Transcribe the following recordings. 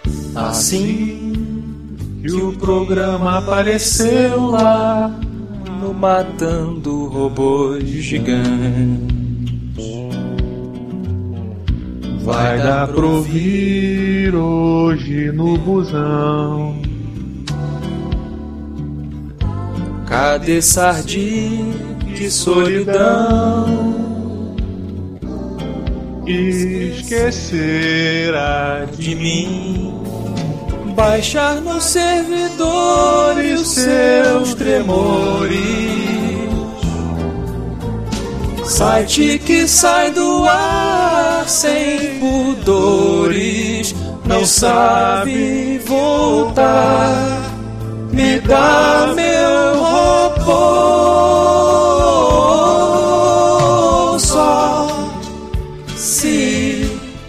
Assim que o programa apareceu lá no Matando Robôs Gigantes, vai dar pra ouvir hoje no busão. Cadê sardinha, que solidão, esquecerá de mim. Baixar no servidor e os seus tremores, site que sai do ar sem pudores, não sabe voltar. Me dá meu robô, só se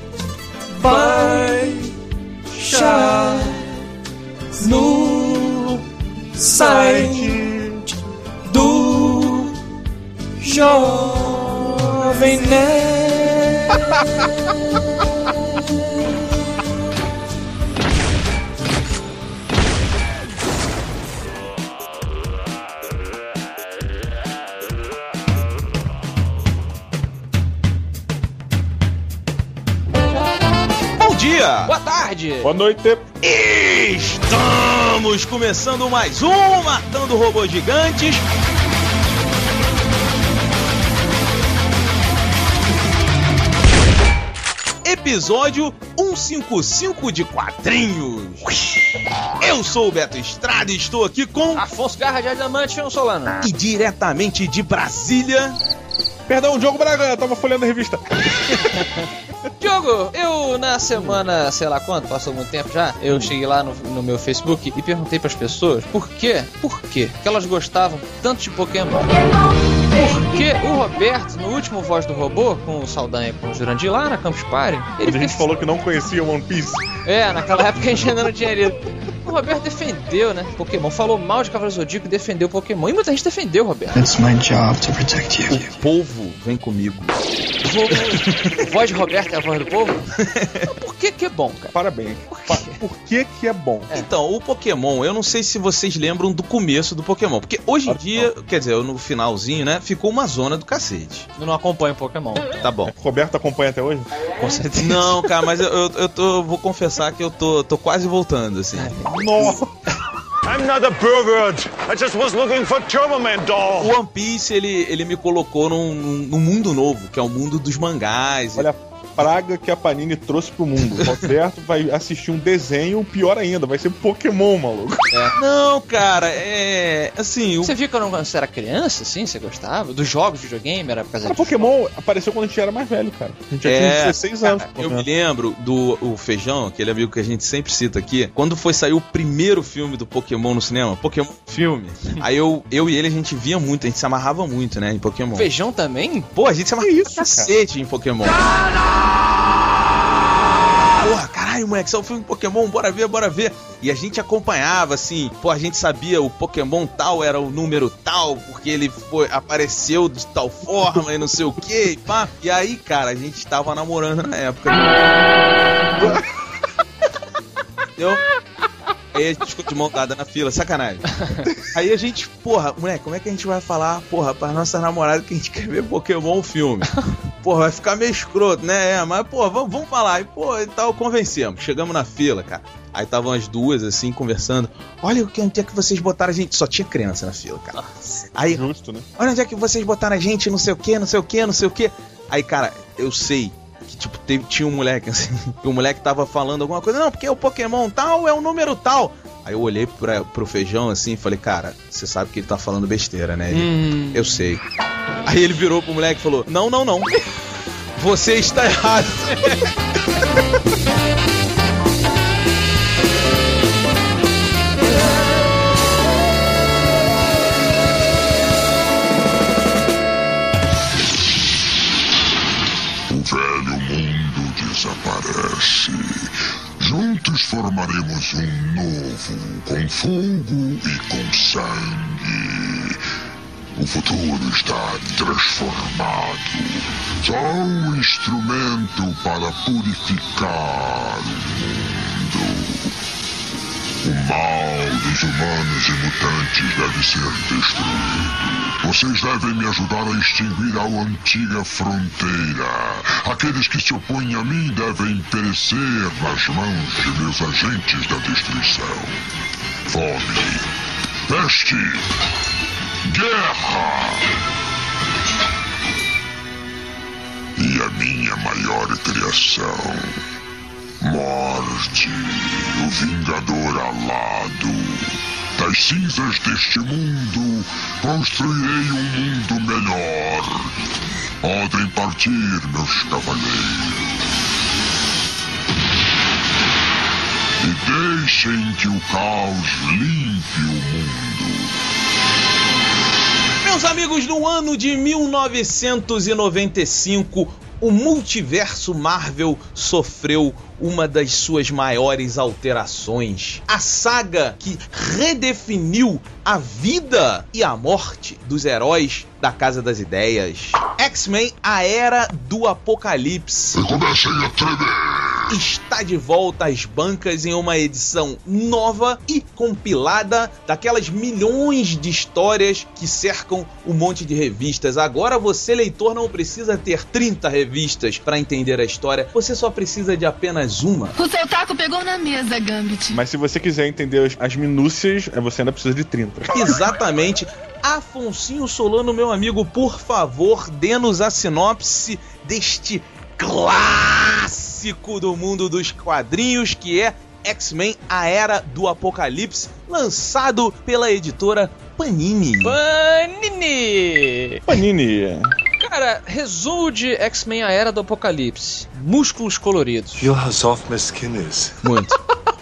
baixar no site do Jovem Nerd. Boa tarde! Boa noite! Estamos começando mais um Matando Robôs Gigantes. Episódio 155 de quadrinhos. Eu sou o Beto Estrada e estou aqui com Afonso Garra de Adamante e Solano. E diretamente de Brasília, perdão, Diogo Braga, eu tava folhando a revista. Diogo, eu na semana, sei lá quanto, passou muito tempo já, eu cheguei lá no meu Facebook e perguntei pras pessoas por quê que elas gostavam tanto de Pokémon. Porque o Roberto, no último Voz do Robô, com o Saldanha e com o Jurandir lá na Campus Party, a gente falou que não conhecia One Piece. Naquela época a gente ainda não tinha lido. O Roberto defendeu, né, Pokémon, falou mal de Cavaleiro Zodíaco e defendeu Pokémon. E muita gente defendeu, Roberto. It's my job to protect you. O povo vem comigo. A voz de Roberto é a voz do povo? Por que é bom, cara? Parabéns. Por que é bom? Então, o Pokémon, eu não sei se vocês lembram do começo do Pokémon. Porque hoje em dia, quer dizer, no finalzinho, né, ficou uma zona do cacete. Eu não acompanho Pokémon. Tá bom. Roberto acompanha até hoje? Com certeza. Não, cara, mas eu vou confessar que eu tô quase voltando, assim. Nossa! I'm not a pervert. I just was looking for Turboman doll. O One Piece, ele me colocou num mundo novo, que é o mundo dos mangás. Olha a praga que a Panini trouxe pro mundo. O Roberto vai assistir um desenho, pior ainda, vai ser Pokémon, maluco. Não, cara, assim... Você viu quando você era criança, assim, você gostava? Dos jogos de videogame, era por causa disso? Pokémon apareceu quando a gente era mais velho, cara. A gente já tinha 16 anos. Eu me lembro do Feijão, aquele amigo que a gente sempre cita aqui, quando foi sair o primeiro filme do Pokémon no cinema, Pokémon filme, aí eu e ele, a gente via muito, a gente se amarrava muito, né, em Pokémon. Feijão também? Pô, a gente se amarrava pra cacete em Pokémon. Porra, caralho, moleque, só o filme Pokémon, bora ver. E a gente acompanhava, assim, pô, a gente sabia o Pokémon tal era o número tal, porque ele apareceu de tal forma e não sei o que, e pá. E aí, cara, a gente tava namorando na época. Entendeu? Aí a gente ficou de mão dada na fila, sacanagem. Aí a gente, porra, moleque, como é que a gente vai falar, porra, pra nossa namorada que a gente quer ver Pokémon filme? Porra, vai ficar meio escroto, né? Mas, pô, vamos falar. E, pô, e tal, convencemos. Chegamos na fila, cara. Aí estavam as duas, assim, conversando. Olha onde é que vocês botaram a gente. Só tinha criança na fila, cara. Aí, justo, né? Olha onde é que vocês botaram a gente, não sei o que. Aí, cara, eu sei que, tipo, tinha um moleque, assim, e o moleque tava falando alguma coisa. Não, porque o Pokémon tal é o número tal. Aí eu olhei pro Feijão, assim, e falei, cara, você sabe que ele tá falando besteira, né? Eu sei. Aí ele virou pro moleque e falou, não. Você está errado. O velho mundo desaparece. Juntos formaremos um novo, com fogo e com sangue. O futuro está transformado. Só um instrumento para purificar o mundo. O mal dos humanos e mutantes deve ser destruído. Vocês devem me ajudar a extinguir a antiga fronteira. Aqueles que se opõem a mim devem perecer nas mãos de meus agentes da destruição. Fome, peste, guerra. E a minha maior criação, morte, o vingador alado. Das cinzas deste mundo, construirei um mundo melhor. Podem partir, meus cavaleiros. E deixem que o caos limpe o mundo. Meus amigos, no ano de 1995, o multiverso Marvel sofreu uma das suas maiores alterações. A saga que redefiniu a vida e a morte dos heróis da Casa das Ideias. X-Men, a Era do Apocalipse. E comecem a tremer. Está de volta às bancas em uma edição nova e compilada daquelas milhões de histórias que cercam um monte de revistas. Agora você, leitor, não precisa ter 30 revistas para entender a história. Você só precisa de apenas uma. O seu taco pegou na mesa, Gambit. Mas se você quiser entender as minúcias, você ainda precisa de 30. Exatamente. Afonsinho Solano, meu amigo, por favor, dê-nos a sinopse deste clássico do mundo dos quadrinhos, que é X-Men, a Era do Apocalipse, lançado pela editora Panini. Panini. Cara, resumo de X-Men, a Era do Apocalipse. Músculos coloridos. Feel how soft my skin is. Muito.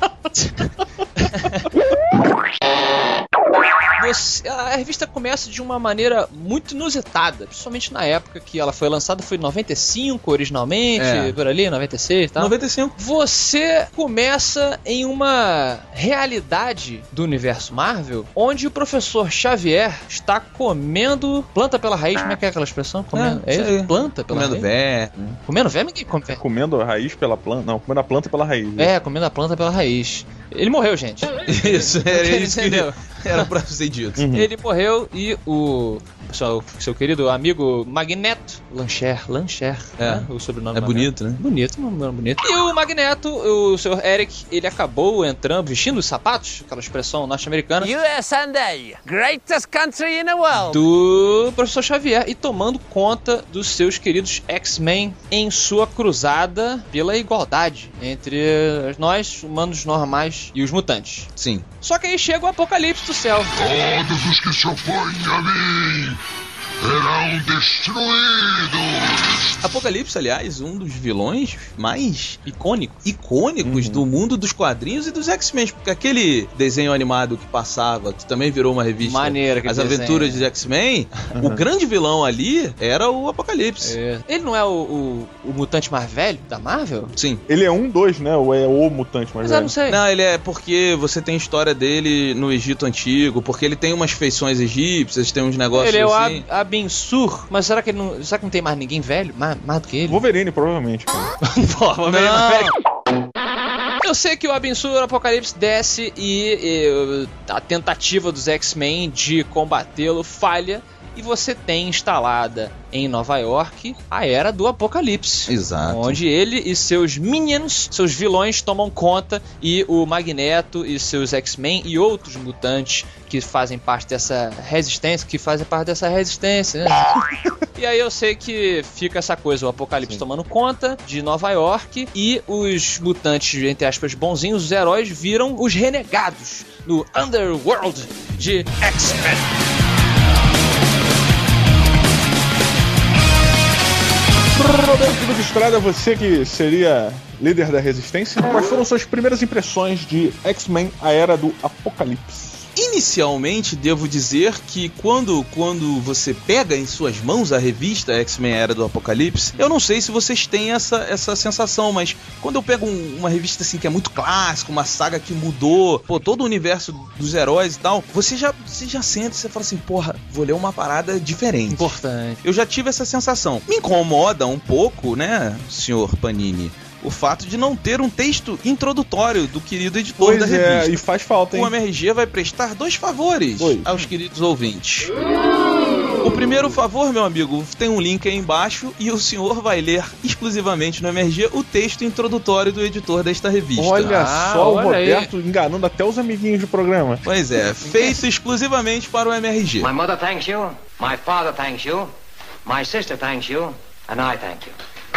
A revista começa de uma maneira muito inusitada, principalmente na época que ela foi lançada, foi em 95 originalmente, por ali, 96 e tal. 95. Você começa em uma realidade do universo Marvel, onde o professor Xavier está comendo planta pela raiz. Como é que é aquela expressão? Comendo, planta pela Comendo raiz? vé. Comendo vé? Ninguém come vé. Comendo a raiz pela planta. Não, comendo a planta pela raiz. Comendo a planta pela raiz. Ele morreu, gente. Isso, era isso que Entendeu? era pra ser dito. Ele morreu e o seu querido amigo Magneto, Lancher, né? O sobrenome É do bonito, Magneto. né? Bonito, um nome bonito. E o Magneto, o Sr. Eric, ele acabou entrando, vestindo os sapatos, aquela expressão norte-americana, USA, greatest country in the world. do professor Xavier e tomando conta dos seus queridos X-Men em sua cruzada pela igualdade entre nós, humanos normais, e os mutantes. Sim. Só que aí chega o apocalipse do céu. Todos os que se opõem a mim serão destruídos. Apocalipse, aliás, um dos vilões mais Icônicos. do mundo dos quadrinhos e dos X-Men, porque aquele desenho animado que passava, que também virou uma revista, Maneiro, aquele As Aventuras desenho. de X-Men, o grande vilão ali era o Apocalipse. Ele não é o mutante mais velho da Marvel? Sim. Ele é um dos, né? Ou é o mutante mais Mas eu velho? não sei. Não, ele é porque você tem história dele no Egito Antigo, porque ele tem umas feições egípcias, tem uns negócios Ele é o assim. Abin Sur, mas será que não tem mais ninguém velho? Mais do que ele? Wolverine, provavelmente, cara. Eu sei que o Abin Sur, o Apocalipse, desce e a tentativa dos X-Men de combatê-lo falha. E você tem instalada em Nova York a Era do Apocalipse. Exato. Onde ele e seus minions, seus vilões, tomam conta, e o Magneto e seus X-Men e outros mutantes que fazem parte dessa resistência, né? E aí eu sei que fica essa coisa, o Apocalipse tomando conta de Nova York e os mutantes, entre aspas, bonzinhos, os heróis, viram os renegados no Underworld de X-Men. Roberto Estrada, você que seria líder da resistência, quais foram suas primeiras impressões de X-Men, a Era do Apocalipse? Inicialmente, devo dizer que quando você pega em suas mãos a revista X-Men Era do Apocalipse, eu não sei se vocês têm essa sensação, mas quando eu pego uma revista assim que é muito clássica, uma saga que mudou, todo o universo dos heróis e tal, você já sente, você fala assim, porra, vou ler uma parada diferente. Importante. Eu já tive essa sensação. Me incomoda um pouco, né, senhor Panini, o fato de não ter um texto introdutório do querido editor da revista. E faz falta, hein? O MRG vai prestar 2 favores aos queridos ouvintes. O primeiro favor, meu amigo, tem um link aí embaixo e o senhor vai ler exclusivamente no MRG o texto introdutório do editor desta revista. Olha só, o Roberto enganando até os amiguinhos do programa. Pois é, feito exclusivamente para o MRG. My mother thanks you, my father thanks you, my sister thanks you, and I thank you.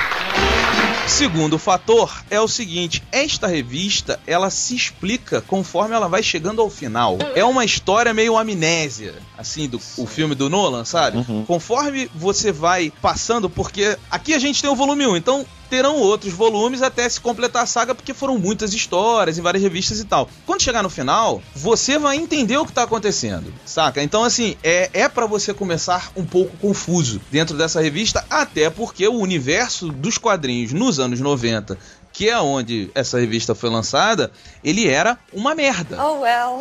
Segundo fator é o seguinte, esta revista, ela se explica conforme ela vai chegando ao final. É uma história meio amnésia, assim, o filme do Nolan, sabe? Conforme você vai passando, porque aqui a gente tem o volume 1, então terão outros volumes até se completar a saga, porque foram muitas histórias em várias revistas e tal. Quando chegar no final, você vai entender o que tá acontecendo, saca? Então, assim, é pra você começar um pouco confuso dentro dessa revista, até porque o universo dos quadrinhos nos anos 90, que é onde essa revista foi lançada, ele era uma merda. Oh, well.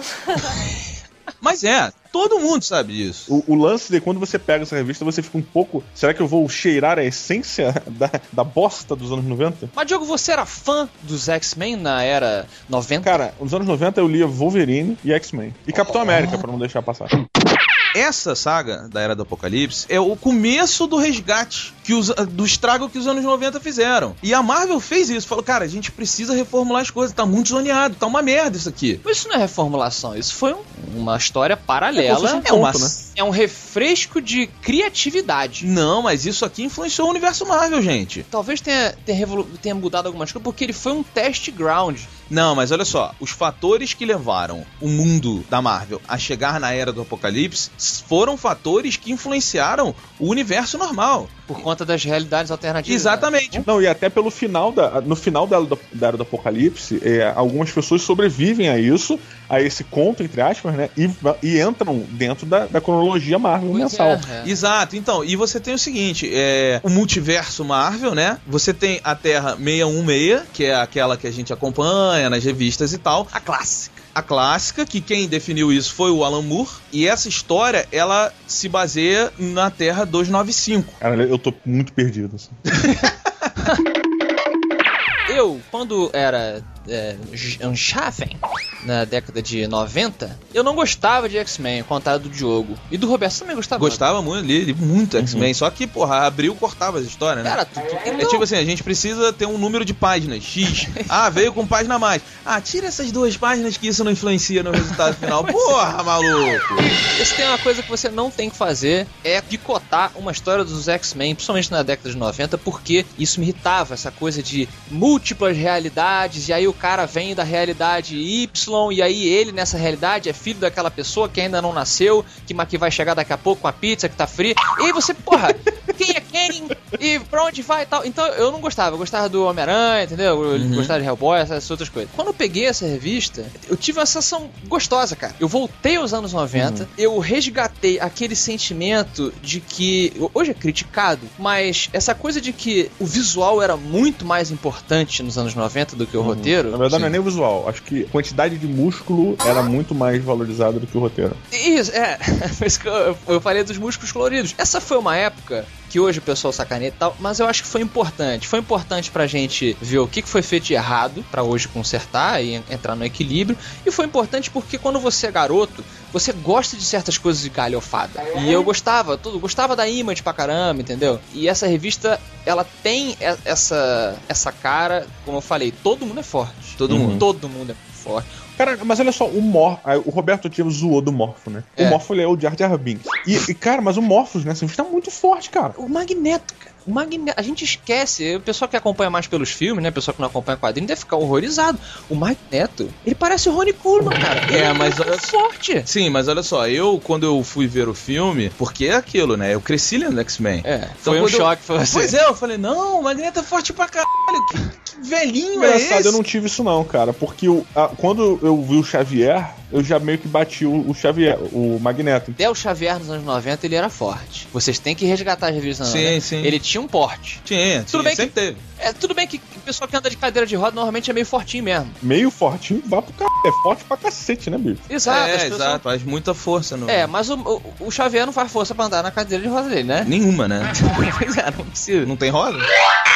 Mas todo mundo sabe disso. O lance de quando você pega essa revista, você fica um pouco... Será que eu vou cheirar a essência da bosta dos anos 90? Mas, Diogo, você era fã dos X-Men na era 90? Cara, nos anos 90 eu lia Wolverine e X-Men. E Capitão América, pra não deixar passar. Essa saga da Era do Apocalipse é o começo do resgate, do estrago que os anos 90 fizeram. E a Marvel fez isso, falou, cara, a gente precisa reformular as coisas, tá muito zoneado, tá uma merda isso aqui. Mas isso não é reformulação, isso foi uma história paralela. É um refresco de criatividade. Não, mas isso aqui influenciou o universo Marvel, gente. Talvez tenha mudado algumas coisas, porque ele foi um test ground. Não, mas olha só, os fatores que levaram o mundo da Marvel a chegar na Era do Apocalipse foram fatores que influenciaram o universo normal. Por conta das realidades alternativas. Exatamente. Né? Não, e até no final da Era do Apocalipse, algumas pessoas sobrevivem a isso, a esse conto, entre aspas, né? E entram dentro da cronologia Marvel mensal. Exato. Então, e você tem o seguinte, o multiverso Marvel, né? Você tem a Terra 616, que é aquela que a gente acompanha nas revistas e tal. A clássica, que quem definiu isso foi o Alan Moore, e essa história, ela se baseia na Terra 295. Cara, eu tô muito perdido. Assim. Eu, quando era jovem, na década de 90, eu não gostava de X-Men, contado do Diogo. E do Roberto também gostava. Gostava muito, li muito X-Men, só que, porra, abriu, cortava as histórias, né? Cara, é tipo assim, a gente precisa ter um número de páginas, X. Veio com página a mais. Tira essas 2 páginas que isso não influencia no resultado final. Porra, maluco! Se tem uma coisa que você não tem que fazer, é picotar uma história dos X-Men, principalmente na década de 90, porque isso me irritava, essa coisa de múltiplas realidades, e aí o cara vem da realidade Y, e aí ele nessa realidade é filho daquela pessoa que ainda não nasceu, que vai chegar daqui a pouco com a pizza que tá fria, e aí você, porra, quem é quem? E pra onde vai e tal? Então eu não gostava, eu gostava do Homem-Aranha, entendeu? Eu gostava de Hellboy, essas outras coisas. Quando eu peguei essa revista, eu tive uma sensação gostosa, cara. Eu voltei aos anos 90, eu resgatei aquele sentimento de que, hoje é criticado, mas essa coisa de que o visual era muito mais importante nos anos 90 do que o roteiro. Na verdade, não é nem o visual. Acho que a quantidade de músculo era muito mais valorizada do que o roteiro. Isso, por isso que eu falei dos músculos coloridos. Essa foi uma época que hoje o pessoal sacaneia e tal, mas eu acho que foi importante. Foi importante pra gente ver o que foi feito de errado, pra hoje consertar e entrar no equilíbrio. E foi importante porque quando você é garoto, você gosta de certas coisas de galhofada. E eu gostava da Image pra caramba, entendeu? E essa revista, ela tem essa cara, como eu falei, todo mundo é forte. Todo mundo é forte. Cara, mas olha só, o Roberto Tivo zoou do Morpho, né? O Morpho, ele é o Jar Jar Binks. E cara, mas o Morphos nessa revista tá muito forte, cara. O Magneto, cara. A gente esquece, o pessoal que acompanha mais pelos filmes, né? O pessoal que não acompanha quadrinho deve ficar horrorizado. O Magneto, ele parece o Rony Coogler, cara. Mas é forte. Sim, mas olha só, quando eu fui ver o filme, porque é aquilo, né? Eu cresci lendo X-Men. Então, foi um choque pra você. Pois eu falei, não, o Magneto é forte pra caralho, que velhinho engraçado, é esse? Eu não tive isso não, cara, porque quando eu vi o Xavier, eu já meio que bati o Xavier, o Magneto. Até o Xavier nos anos 90 ele era forte. Vocês têm que resgatar as revistas. Sim. Ele tinha um porte. Tudo bem sempre teve. Tudo bem que o pessoal que anda de cadeira de roda normalmente é meio fortinho mesmo. Meio fortinho, vá pro c****. É forte pra cacete, né, bicho? Exato. Exato, faz muita força. Mas o Xavier não faz força pra andar na cadeira de roda dele, né? Nenhuma, né? Pois não precisa. Não tem roda?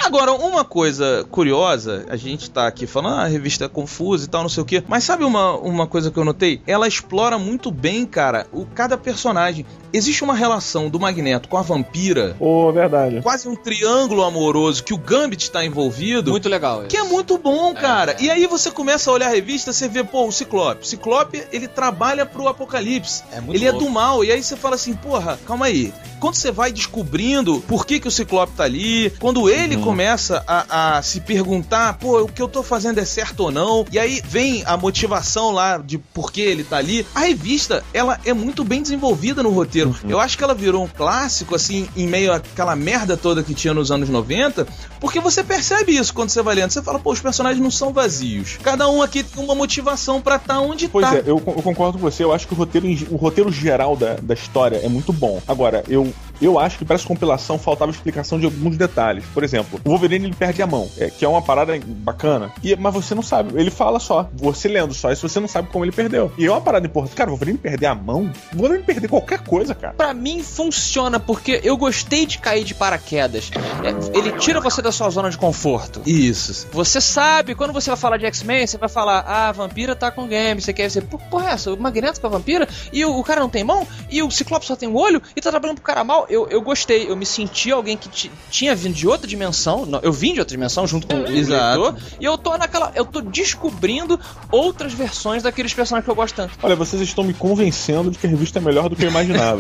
Agora, uma coisa curiosa, a gente tá aqui falando, a revista é confusa e tal, não sei o quê, mas sabe uma coisa que eu notei? Ela explora muito bem, cara, cada personagem. Existe uma relação do Magneto com a Vampira. Verdade. Quase um triângulo amoroso que o Gambit tá envolvido. Muito legal isso. Que é muito bom, cara. E aí você começa a olhar a revista, você vê, o Ciclope. O Ciclope, ele trabalha pro Apocalipse. Ele é do mal. E aí você fala assim, porra, calma aí. Quando você vai descobrindo por que o Ciclope tá ali, quando ele começa a se perguntar, o que eu tô fazendo é certo ou não, e aí vem a motivação lá de por que ele tá ali, a revista, ela é muito bem desenvolvida no roteiro. Eu acho que ela virou um clássico, assim, em meio àquela merda toda que tinha nos anos 90, porque você percebe isso quando você vai lendo. Você fala, os personagens não são vazios. Cada um aqui tem uma motivação pra estar onde tá. Pois é, eu concordo com você. Eu acho que o roteiro geral da história é muito bom. Agora, eu acho que para essa compilação faltava explicação de alguns detalhes. Por exemplo, o Wolverine ele perde a mão, que é uma parada bacana, mas você não sabe. Ele fala só, você lendo só isso, você não sabe como ele perdeu. E é uma parada importante. Cara, o Wolverine perder a mão, o Wolverine perder qualquer coisa, cara. Pra mim funciona, porque eu gostei de cair de paraquedas. Ele tira você da sua zona de conforto. Isso. Você sabe, quando você vai falar de X-Men, você vai falar, a Vampira tá com game, você quer dizer, porra, essa, o Magneto com a Vampira, e o cara não tem mão, e o Ciclope só tem um olho, e tá trabalhando pro cara mal. Eu gostei, eu me senti alguém que tinha vindo de outra dimensão. Não, eu vim de outra dimensão junto com o leitor, e eu tô descobrindo outras versões daqueles personagens que eu gosto tanto. Olha, vocês estão me convencendo de que a revista é melhor do que eu imaginava.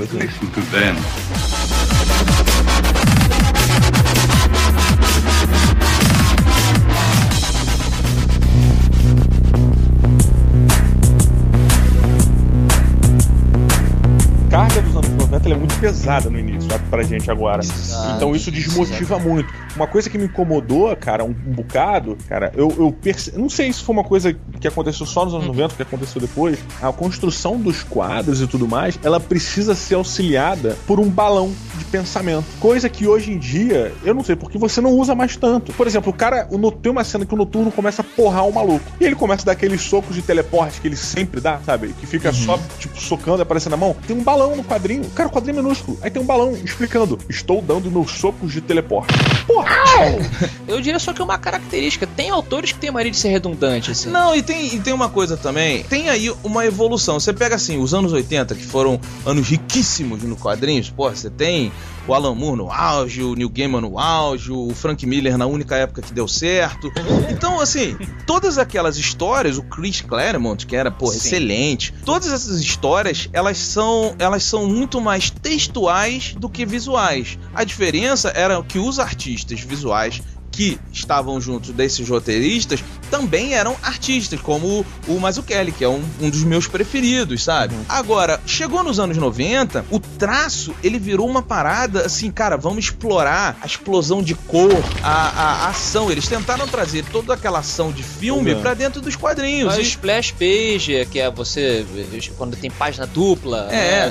A carga dos anos 90 ela é muito pesada no início, pra gente agora. Então isso desmotiva muito. Uma coisa que me incomodou, cara, um bocado, cara, eu não sei se foi uma coisa que aconteceu só nos anos 90, que aconteceu depois. A construção dos quadros e tudo mais, ela precisa ser auxiliada por um balão de pensamento. Coisa que hoje em dia, eu não sei, porque você não usa mais tanto. Por exemplo, tem uma cena que o Noturno começa a porrar o maluco. E ele começa a dar aqueles socos de teleporte que ele sempre dá, sabe? Que fica só, tipo, socando e aparecendo na mão. Tem um balão no quadrinho. Cara, o quadrinho é minúsculo. Aí tem um balão explicando. Estou dando meus socos de teleporte. Porra! Eu diria só que é uma característica. Tem autores que têm mania de ser redundante, assim. Não, e tem uma coisa também. Tem aí uma evolução. Você pega, assim, os anos 80, que foram anos riquíssimos no quadrinhos. Pô, você tem o Alan Moore no auge, o Neil Gaiman no auge, o Frank Miller na única época que deu certo. Então, assim, todas aquelas histórias, o Chris Claremont, que era, excelente, todas essas histórias, elas são muito mais textuais do que visuais. A diferença era que os artistas visuais que estavam juntos desses roteiristas também eram artistas, como o Mazzucchelli, que é um dos meus preferidos, sabe? Agora, chegou nos anos 90, o traço, ele virou uma parada, assim, cara, vamos explorar a explosão de cor, a ação. Eles tentaram trazer toda aquela ação de filme pra dentro dos quadrinhos. Mas splash page, que é você, quando tem página dupla,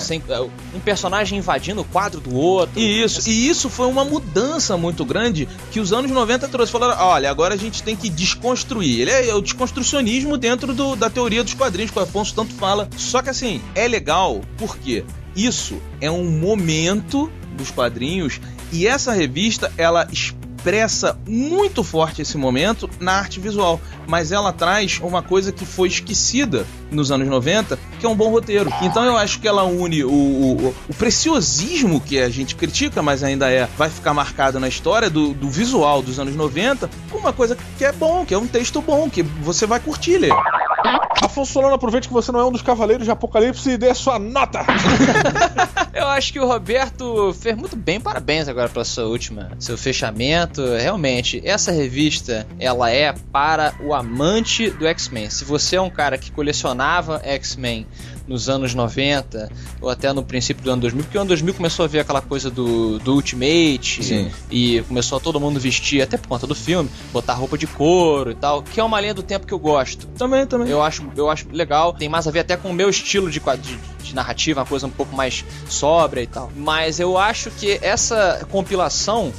um personagem invadindo o quadro do outro. E isso foi uma mudança muito grande que os anos 90 trouxe. Falaram, olha, agora a gente tem que desconstruir. Ele é o desconstrucionismo dentro da teoria dos quadrinhos, que o Afonso tanto fala. Só que assim, é legal porque isso é um momento dos quadrinhos e essa revista, ela expressa muito forte esse momento na arte visual, mas ela traz uma coisa que foi esquecida nos anos 90, que é um bom roteiro. Então eu acho que ela une o preciosismo que a gente critica, mas ainda vai ficar marcado na história do visual dos anos 90, com uma coisa que é bom, que é um texto bom, que você vai curtir ler. Afonso Solano, aproveite que você não é um dos Cavaleiros de Apocalipse e dê a sua nota. Eu acho que o Roberto fez muito bem, parabéns agora pela seu fechamento. Realmente, essa revista, ela é para o amante do X-Men. Se você é um cara que colecionava X-Men nos anos 90, ou até no princípio do ano 2000, porque o ano 2000 começou a ver aquela coisa do Ultimate, e começou a todo mundo vestir, até por conta do filme, botar roupa de couro e tal, que é uma linha do tempo que eu gosto. Também. Eu acho legal, tem mais a ver até com o meu estilo de narrativa, uma coisa um pouco mais sóbria e tal. Mas eu acho que essa compilação, se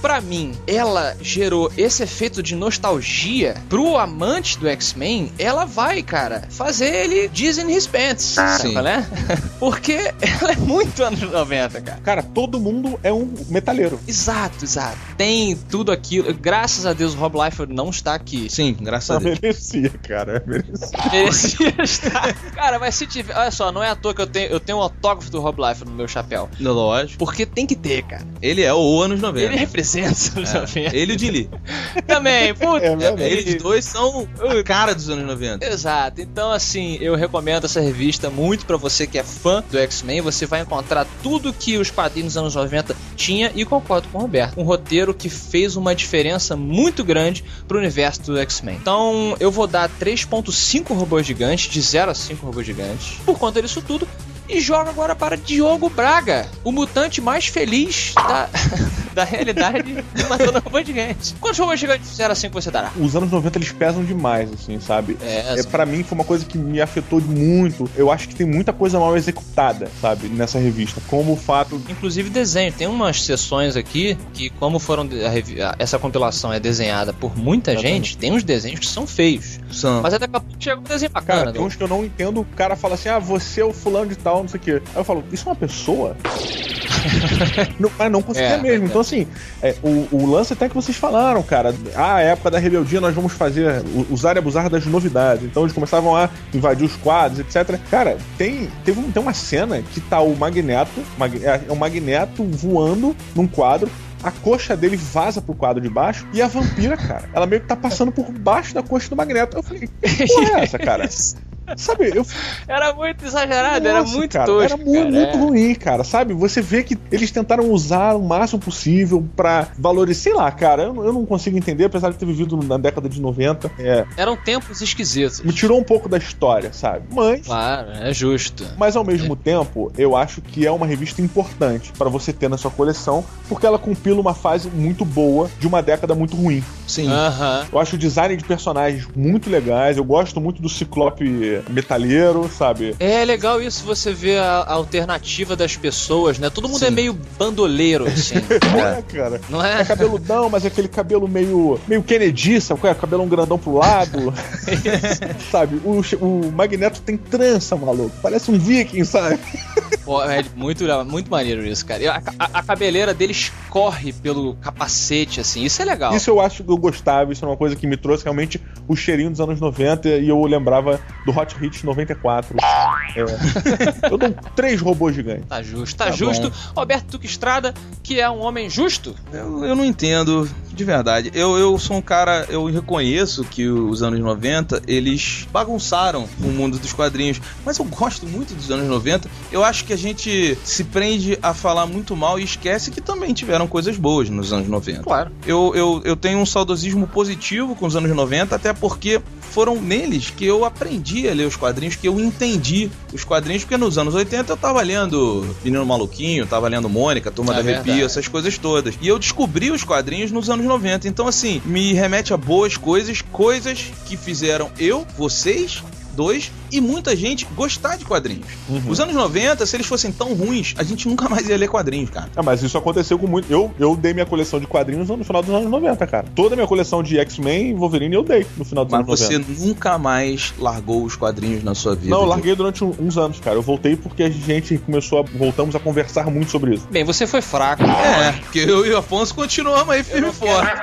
pra mim, ela gerou esse efeito de nostalgia pro amante do X-Men, ela vai, cara, fazer ele diz in his pants. Sabe qual é? Porque ela é muito anos 90, cara. Cara, todo mundo é um metaleiro. Exato. Tem tudo aquilo. Graças a Deus o Rob Liefeld não está aqui. Sim, graças a Deus. Merecia, cara. Merecia estar. Cara, mas se tiver... Olha só, não é à toa que eu tenho um autógrafo do Rob Liefeld no meu chapéu. Lógico. Porque tem que ter, cara. Ele é o anos 90. Ele representa os anos 90. Ele e o Dili. Também, puta. Eles dois são a cara dos anos 90. Exato. Então, assim, eu recomendo essa revista muito pra você que é fã do X-Men. Você vai encontrar tudo que os quadrinhos dos anos 90 tinha, e concordo com o Roberto. Um roteiro que fez uma diferença muito grande pro universo do X-Men. Então, eu vou dar 3.5 robôs gigantes, de 0 a 5 robôs gigantes, por conta disso tudo. E joga agora para Diogo Braga, o mutante mais feliz da realidade de Matando Robôs Gigantes. Quantos robôs gigantes de 0 a 5 você dará? Os anos 90 eles pesam demais, assim, sabe? Pra mim foi uma coisa que me afetou muito. Eu acho que tem muita coisa mal executada, sabe, nessa revista. Como o fato... Inclusive desenho. Tem umas sessões aqui que, como foram essa compilação é desenhada por muita gente, tem uns desenhos que são feios. Mas até daqui a pouco chega um desenho bacana. Cara, tem uns que eu não entendo. O cara fala assim, você é o fulano de tal, não sei o quê. Aí eu falo, isso é uma pessoa? não conseguia mesmo. Então, assim, o lance até que vocês falaram, cara, a época da rebeldia nós vamos fazer, usar e abusar das novidades. Então eles começavam a invadir os quadros, etc. Cara, tem uma cena que tá o Magneto voando num quadro, a coxa dele vaza pro quadro de baixo, e a vampira, cara, ela meio que tá passando por baixo da coxa do Magneto. Eu falei, que porra é essa, cara? Sabe, era muito exagerado, nossa, era muito cara, tosco. Era muito ruim, cara, sabe? Você vê que eles tentaram usar o máximo possível pra valorizar, sei lá, cara, eu não consigo entender, apesar de ter vivido na década de 90. Eram tempos esquisitos. Me tirou um pouco da história, sabe? Claro, é justo. Mas ao mesmo tempo, eu acho que é uma revista importante pra você ter na sua coleção, porque ela compila uma fase muito boa de uma década muito ruim. Sim. Eu acho o design de personagens muito legais, eu gosto muito do Ciclope metalheiro, sabe? É legal isso, você vê a alternativa das pessoas, né? Todo mundo é meio bandoleiro, assim. Cara. Não é? É cabeludão, mas é aquele cabelo meio Kennedy, sabe? Cabelão grandão pro lado. Sabe? O Magneto tem trança, maluco. Parece um viking, sabe? Pô, é muito maneiro isso, cara. A cabeleira dele escorre pelo capacete, assim. Isso é legal. Isso eu acho que eu gostava. Isso é uma coisa que me trouxe realmente o cheirinho dos anos 90, e eu lembrava do Hot Hits 94. Eu dou 3 robôs gigantes. Tá justo, tá justo. Bom. Roberto Duque Estrada, que é um homem justo. Eu não entendo, de verdade. Eu sou um cara, eu reconheço que os anos 90, eles bagunçaram o mundo dos quadrinhos, mas eu gosto muito dos anos 90. Eu acho que a gente se prende a falar muito mal e esquece que também tiveram coisas boas nos anos 90. Claro. Eu tenho um saudosismo positivo com os anos 90, até porque foram neles que eu aprendi a ler os quadrinhos, que eu entendi os quadrinhos, porque nos anos 80 eu tava lendo Menino Maluquinho, tava lendo Mônica, Turma da Arrepio, essas coisas todas. E eu descobri os quadrinhos nos anos 90. Então, assim, me remete a boas coisas que fizeram vocês dois e muita gente gostar de quadrinhos. Os anos 90, se eles fossem tão ruins, a gente nunca mais ia ler quadrinhos, cara. Mas isso aconteceu com muito... Eu dei minha coleção de quadrinhos no final dos anos 90, cara. Toda a minha coleção de X-Men e Wolverine eu dei no final dos anos 90. Mas você nunca mais largou os quadrinhos na sua vida? Não, eu larguei durante uns anos, cara. Eu voltei porque a gente voltamos a conversar muito sobre isso. Bem, você foi fraco. Porque eu e o Afonso continuamos aí firme e forte.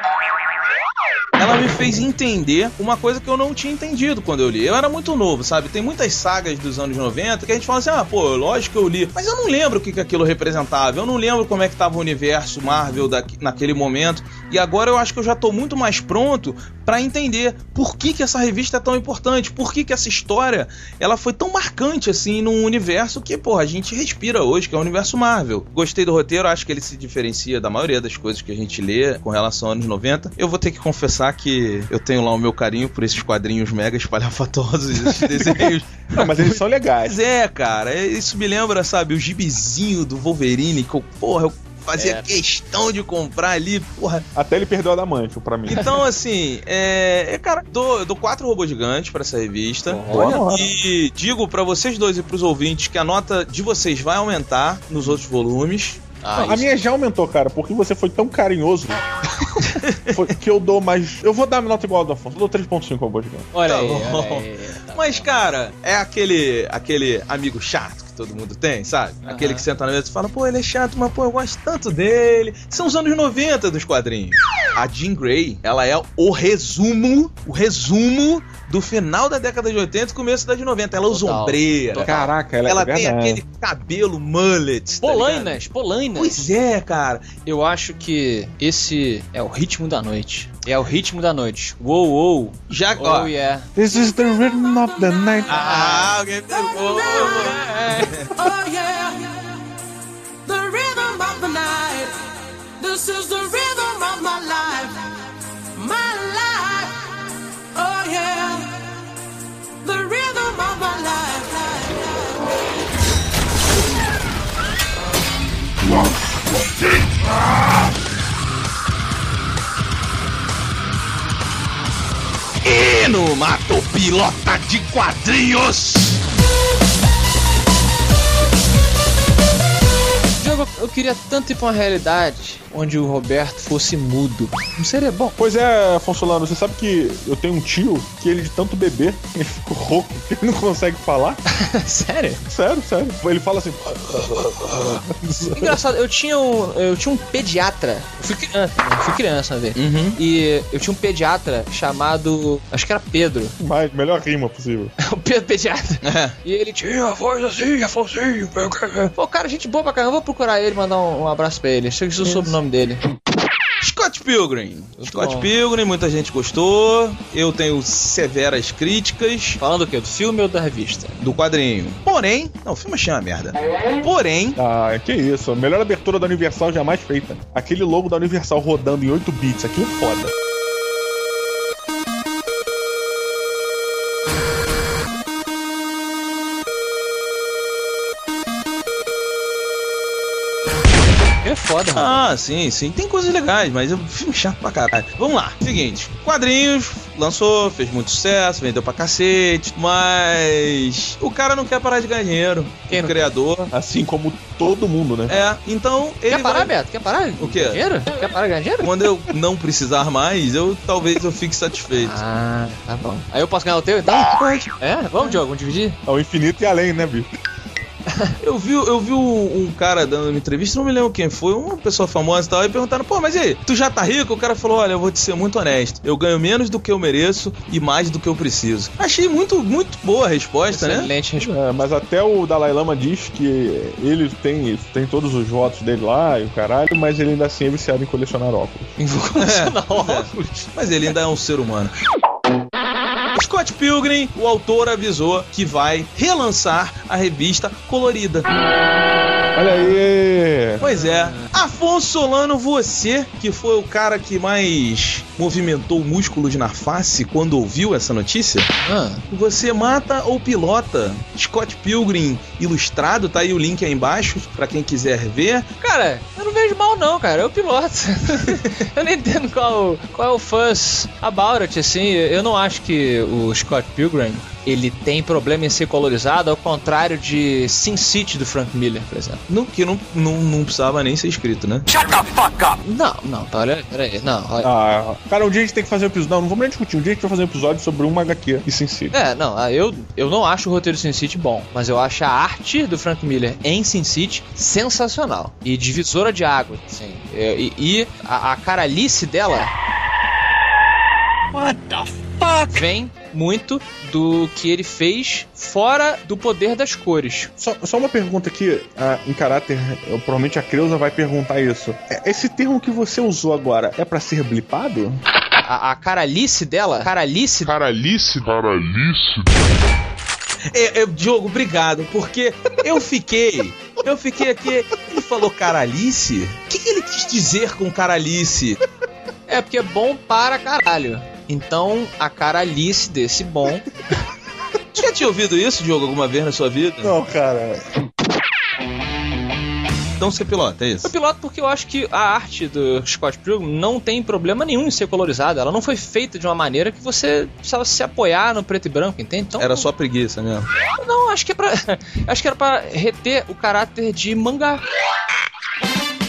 Ela me fez entender uma coisa que eu não tinha entendido quando eu li. Eu era muito novo, sabe? Tem muitas sagas dos anos 90 que a gente fala assim, lógico que eu li. Mas eu não lembro o que aquilo representava. Eu não lembro como é que tava o universo Marvel naquele momento. E agora eu acho que eu já tô muito mais pronto pra entender por que essa revista é tão importante. Por que essa história, ela foi tão marcante, assim, num universo que, a gente respira hoje, que é o universo Marvel. Gostei do roteiro, acho que ele se diferencia da maioria das coisas que a gente lê com relação aos anos 90. Eu vou ter que confessar que eu tenho lá o meu carinho por esses quadrinhos mega espalhafatosos, esses desenhos. Não, mas eles são legais. Cara, isso me lembra, sabe, o gibizinho do Wolverine, que eu fazia questão de comprar ali, Até ele perdeu a Adamantium pra mim. Então, assim, cara, eu dou 4 robôs gigantes pra essa revista. E digo pra vocês dois e pros ouvintes que a nota de vocês vai aumentar nos outros volumes. A minha já aumentou, cara, porque você foi tão carinhoso que eu dou mais... Eu vou dar nota igual ao do Afonso. Eu dou 3.5 ao Board Game. Olha Tá aí, bom. olha aí. Mas, cara, é aquele amigo chato que todo mundo tem, sabe? Aquele que senta na mesa e fala, pô, ele é chato, mas pô, eu gosto tanto dele. São os anos 90 dos quadrinhos. A Jean Grey, ela é o resumo do final da década de 80 e começo da de 90. Ela usa ombreira. Caraca, ela tem aquele cabelo mullet. Polainas. Pois é, cara. Eu acho que esse é o ritmo da noite. É o ritmo da noite. Uou, uou. Já, Oh, ó. yeah. This is the rhythm of the night. Alguém pegou. Oh yeah, the rhythm of the night. This is the rhythm of my life. My life. Oh yeah, the rhythm of my life. E no Mato Pilota de Quadrinhos. Diogo, eu queria tanto ir pra uma realidade onde o Roberto fosse mudo. Não seria bom? Pois é, Afonso Solano, você sabe que eu tenho um tio que ele de tanto beber, ele ficou rouco, porque ele não consegue falar. Sério? Sério. Ele fala assim... Engraçado, eu tinha um pediatra. Eu fui criança uma vez. E eu tinha um pediatra chamado... Acho que era Pedro. Mas, melhor rima possível. O Pedro pediatra. E ele tinha a voz assim, Afonsinho. Pô, cara, gente boa pra caramba. Eu vou procurar ele, mandar um abraço pra ele. Chega o sobrenome dele. Scott Pilgrim. Pilgrim, muita gente gostou. Eu tenho severas críticas. Falando o quê? Do filme ou da revista? Do quadrinho. Porém... Não, o filme achei uma merda. Porém... Ah, que isso. A melhor abertura da Universal jamais feita. Aquele logo da Universal rodando em 8 bits. Aquilo é foda. É foda, mano. Ah, sim. Tem coisas legais, mas é um filme chato pra caralho. Vamos lá. Seguinte. Quadrinhos, lançou, fez muito sucesso, vendeu pra cacete, mas o cara não quer parar de ganhar dinheiro. Quem o criador. Assim como todo mundo, né? É, então ele Quer parar, Beto? Quer parar? O quê? Dinheiro? Quer parar de ganhar dinheiro? Quando eu não precisar mais, talvez eu fique satisfeito. Ah, tá bom. Aí eu posso ganhar o teu, então? Pode. É? Vamos, Diogo, vamos dividir? Ao infinito e além, né, bicho? Eu vi um cara dando uma entrevista, não me lembro quem foi, uma pessoa famosa e tal, e perguntaram, pô, mas e aí, tu já tá rico? O cara falou, olha, eu vou te ser muito honesto, eu ganho menos do que eu mereço e mais do que eu preciso. Achei muito boa a resposta, Excelente resposta. É, mas até o Dalai Lama diz que ele tem todos os votos dele lá e o caralho, mas ele ainda assim é viciado em colecionar óculos. Mas ele ainda é um ser humano. Scott Pilgrim, o autor avisou que vai relançar a revista colorida. Olha aí! Pois é. Afonso Solano, você que foi o cara que mais movimentou músculos na face quando ouviu essa notícia, você mata ou pilota Scott Pilgrim ilustrado, tá aí o link aí embaixo pra quem quiser ver. Cara, eu não vejo mal não, cara, eu piloto. Eu nem entendo qual é o fuss about it, assim. Eu não acho que o Scott Pilgrim ele tem problema em ser colorizado, ao contrário de Sin City do Frank Miller, por exemplo. Que não precisava nem ser escrito, né? Shut the fuck up! Não, olha, peraí, não. Olha. Ah, cara, um dia a gente tem que fazer um episódio. Não vamos nem discutir. Um dia a gente vai fazer um episódio sobre uma HQ e Sin City. Eu não acho o roteiro de Sin City bom, mas eu acho a arte do Frank Miller em Sin City sensacional. E divisora de água, assim. E a caralice dela... What the fuck? Vem muito do que ele fez fora do poder das cores. Só uma pergunta aqui, em caráter, provavelmente a Creuza vai perguntar isso. Esse termo que você usou agora é pra ser blipado? A caralice dela? Caralice? Diogo, obrigado, porque eu fiquei aqui, ele falou caralice? O que ele quis dizer com caralice? É porque é bom para caralho. Então, a caralice desse bom... Você já tinha ouvido isso, Diogo, alguma vez na sua vida? Não, cara. Então você pilota, é isso? Eu piloto porque eu acho que a arte do Scott Pilgrim não tem problema nenhum em ser colorizada. Ela não foi feita de uma maneira que você precisava se apoiar no preto e branco, entende? Então, era só preguiça mesmo? Não, acho que era pra reter o caráter de mangá.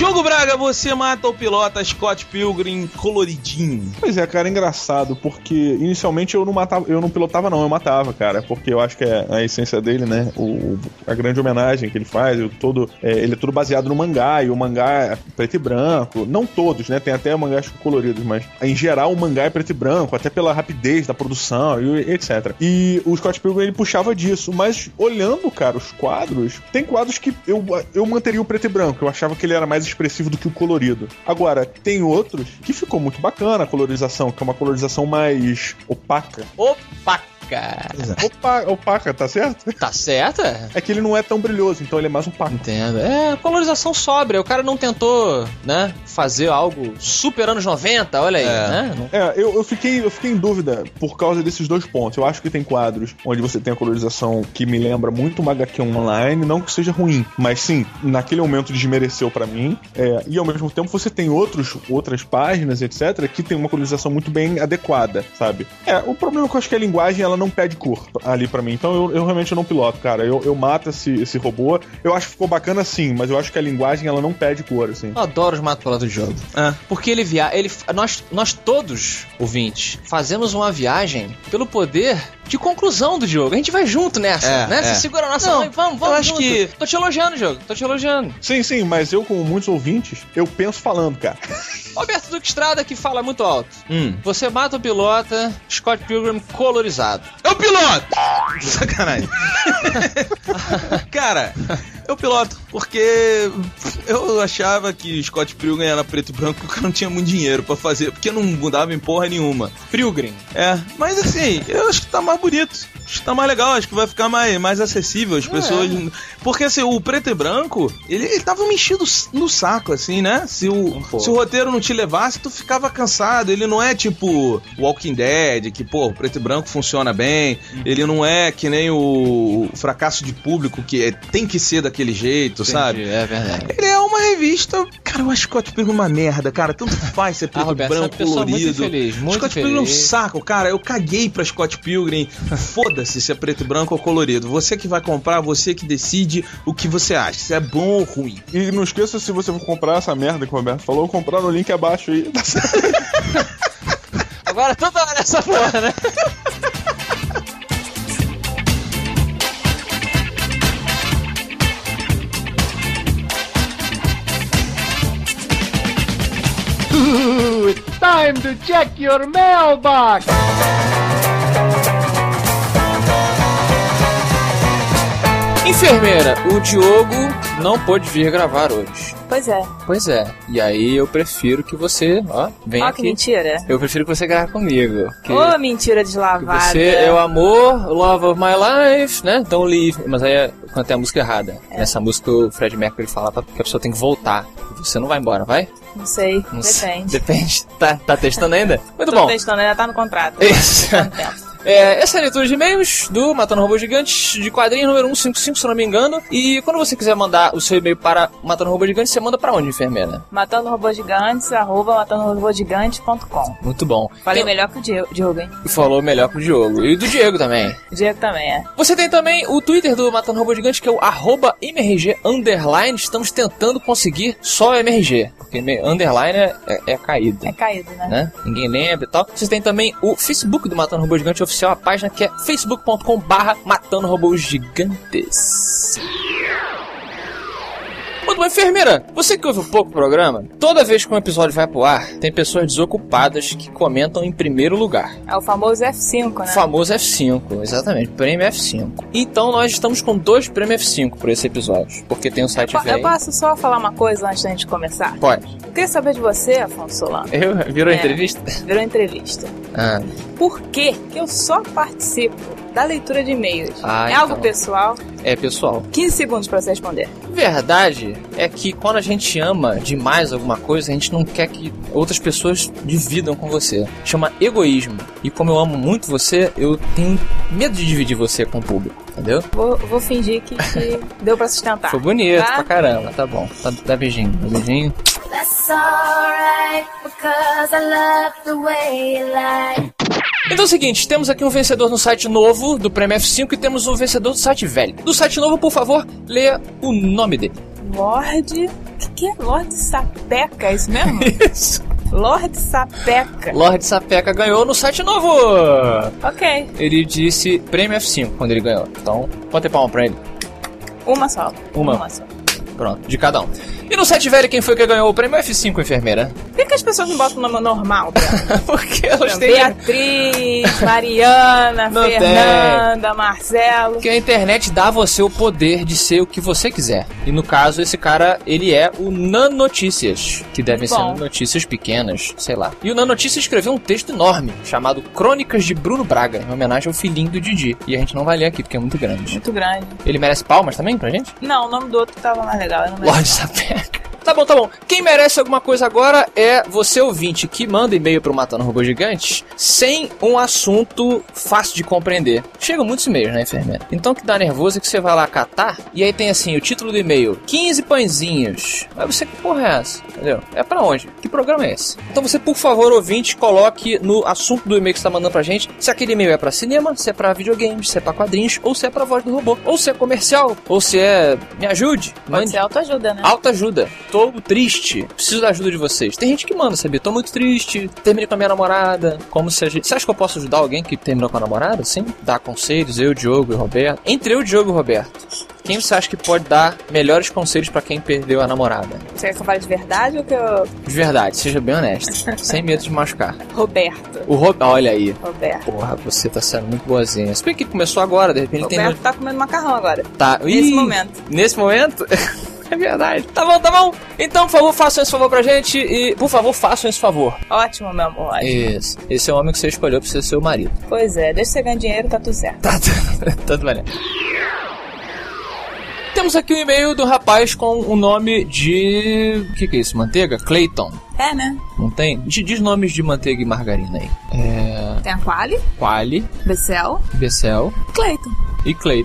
Diogo Braga, você mata ou pilota Scott Pilgrim coloridinho? Pois é, cara, é engraçado, porque inicialmente eu não pilotava não, eu matava, cara, porque eu acho que é a essência dele, né, a grande homenagem que ele faz, ele é tudo baseado no mangá, e o mangá é preto e branco, não todos, né, tem até mangás coloridos, mas em geral o mangá é preto e branco, até pela rapidez da produção e etc. E o Scott Pilgrim, ele puxava disso, mas olhando, cara, os quadros, tem quadros que eu manteria o preto e branco, eu achava que ele era mais expressivo do que o colorido. Agora, tem outros que ficou muito bacana a colorização, que é uma colorização mais opaca. Opaca, tá certo? Tá certo, é. É que ele não é tão brilhoso, então ele é mais opaco. Entendo. É, colorização sóbria. O cara não tentou, né, fazer algo super anos 90, olha aí, né? Eu fiquei em dúvida por causa desses dois pontos. Eu acho que tem quadros onde você tem a colorização que me lembra muito uma HQ online, não que seja ruim, mas sim, naquele momento desmereceu pra mim. E ao mesmo tempo você tem outras páginas, etc., que tem uma colorização muito bem adequada, sabe? O problema é que eu acho que a linguagem, ela não pede cor ali pra mim. Então eu realmente não piloto, cara. Eu mato esse robô. Eu acho que ficou bacana sim, mas eu acho que a linguagem, ela não pede cor, assim. Eu adoro os mato-pilotos do jogo. Porque nós todos, ouvintes, fazemos uma viagem pelo poder de conclusão do jogo. A gente vai junto nessa, né? Você segura a nossa mão e vamos eu acho junto. que... Tô te elogiando, jogo. Tô te elogiando. Sim, mas eu, como muitos ouvintes, eu penso falando, cara. Roberto Duque Estrada, que fala muito alto. Você mata o pilota Scott Pilgrim colorizado. Eu piloto! Sacanagem. Cara, eu piloto porque eu achava que Scott Pilgrim era preto e branco porque eu não tinha muito dinheiro pra fazer, porque não mudava em porra nenhuma. Pilgrim. Mas assim, eu acho que tá mais bonito. Acho que tá mais legal, acho que vai ficar mais acessível às pessoas. Porque assim, o preto e branco, ele tava me enchendo no saco, assim, né? Se o roteiro não te levasse, tu ficava cansado. Ele não é tipo Walking Dead, que, pô, o preto e branco funciona bem. Ele não é que nem o fracasso de público, que tem que ser daquele jeito, sabe? É verdade. Ele é uma revista... Cara, eu acho que Scott Pilgrim uma merda, cara. Tanto faz ser preto e branco, colorido. Muito feliz, muito Scott feliz. Pilgrim é um saco, cara. Eu caguei pra Scott Pilgrim. Foda-se se é preto e branco ou colorido. Você que vai comprar, você que decide o que você acha, se é bom ou ruim. E não esqueça, se você for comprar essa merda que o Roberto falou, comprar no link abaixo aí. Agora toda hora essa porra, né? It's time to check your mailbox! Enfermeira, o Diogo não pôde vir gravar hoje. Pois é. E aí eu prefiro que você, venha aqui. Que mentira. Eu prefiro que você grave comigo. Mentira deslavada. Você é o amor, love of my life, né? Don't leave. Mas aí cantei a música errada. Nessa música o Fred Mercury fala que a pessoa tem que voltar. Você não vai embora, vai? Não sei, depende. Depende. Tá testando ainda? Muito bom. Tô testando, ainda tá no contrato. Isso. Essa é a leitura de e-mails do Matando Robôs Gigantes, de quadrinho número 155, se eu não me engano. E quando você quiser mandar o seu e-mail para Matando Robôs Gigantes, você manda pra onde, enfermeira? matandorobôsgigantes@matandorobôsgigantes.com. Muito bom. Falei melhor que o Diogo, hein? Falou melhor que o Diogo. E do Diego também. O Diego também, é. Você tem também o Twitter do Matando Robôs Gigantes, que é o @MRG_. Estamos tentando conseguir só MRG, porque underline é caído. É caído, né? Ninguém lembra e tal. Você tem também o Facebook do Matando Robôs Gigantes oficial, a página que é facebook.com/Matando Robôs Gigantes. Muito bom, enfermeira, você que ouve um pouco o programa, toda vez que um episódio vai pro ar, tem pessoas desocupadas que comentam em primeiro lugar. É o famoso F5, né? O famoso F5, exatamente, prêmio F5. Então nós estamos com 2 prêmios F5 por esse episódio, porque tem um site velho. Eu posso só falar uma coisa antes da gente começar? Pode. Eu queria saber de você, Afonso Solano. Virou entrevista? Virou entrevista. Por que eu só participo da leitura de e-mails? É algo pessoal? É pessoal. 15 segundos pra você responder. Verdade é que quando a gente ama demais alguma coisa, a gente não quer que outras pessoas dividam com você. Chama egoísmo. E como eu amo muito você, eu tenho medo de dividir você com o público, entendeu? Vou fingir que deu pra sustentar. Foi bonito pra caramba, tá bom. Dá beijinho, beijinho. That's alright, because I love the way you lie. Então é o seguinte, temos aqui um vencedor no site novo do Prêmio F5 e temos um vencedor do site velho. Do site novo, por favor, leia o nome dele. Lorde... O que é Lorde Sapeca? É isso mesmo? Isso. Lorde Sapeca. Lorde Sapeca ganhou no site novo. Ok. Ele disse prêmio F5 quando ele ganhou. Então, pode ter palma pra ele. Uma só. Uma só. Pronto, de cada um. E no site velho, quem foi que ganhou o prêmio F5, enfermeira? Por que as pessoas não botam o nome normal, Bela? Porque elas têm... Beatriz, Mariana, não Fernanda, tem. Marcelo. Porque a internet dá a você o poder de ser o que você quiser. E no caso, esse cara, ele é o Nanotícias, que devem ser notícias pequenas, sei lá. E o Nanotícias escreveu um texto enorme, chamado Crônicas de Bruno Braga, em homenagem ao filhinho do Didi. E a gente não vai ler aqui, porque é muito grande. Muito grande. Ele merece palmas também pra gente? Não, o nome do outro tava mais legal. Lorde Sapeca. Tá bom. Quem merece alguma coisa agora é você, ouvinte, que manda e-mail pro Matando Robô Gigante sem um assunto fácil de compreender. Chegam muitos e-mails, né, enfermeira? Então o que dá nervoso é que você vai lá catar e aí tem assim, o título do e-mail, 15 pãezinhos. Aí você, que porra é essa? Entendeu? É pra onde? Que programa é esse? Então você, por favor, ouvinte, coloque no assunto do e-mail que você tá mandando pra gente se aquele e-mail é pra cinema, se é pra videogames, se é pra quadrinhos, ou se é pra voz do robô, ou se é comercial, ou se é... Me ajude. Pode ser autoajuda, né? Autoajuda. Tô triste, preciso da ajuda de vocês. Tem gente que manda, sabia? Tô muito triste, terminei com a minha namorada. Como se a gente... Você acha que eu posso ajudar alguém que terminou com a namorada? Sim? Dar conselhos, eu, Diogo e Roberto. Entre eu, Diogo e Roberto, quem você acha que pode dar melhores conselhos pra quem perdeu a namorada? Você quer que eu fale de verdade ou que eu... De verdade, seja bem honesto. Sem medo de machucar. Roberto. Olha aí. Roberto. Porra, você tá sendo muito boazinha. Se bem que começou agora, de repente Roberto tá comendo macarrão agora. Tá. Nesse momento. Nesse momento? É verdade. Tá bom. Então, por favor, façam esse favor pra gente e, por favor, façam esse favor. Ótimo, meu amor. Ótimo. Isso. Esse é o homem que você escolheu pra ser seu marido. Pois é, deixa você ganhar dinheiro, tá tudo certo. Tá tudo bem. Temos aqui um e-mail do rapaz com o nome de... O que é isso? Manteiga? Clayton. É, né? Não tem? Diz nomes de manteiga e margarina aí. Tem a Quali. Becel. Clayton. E Clayton.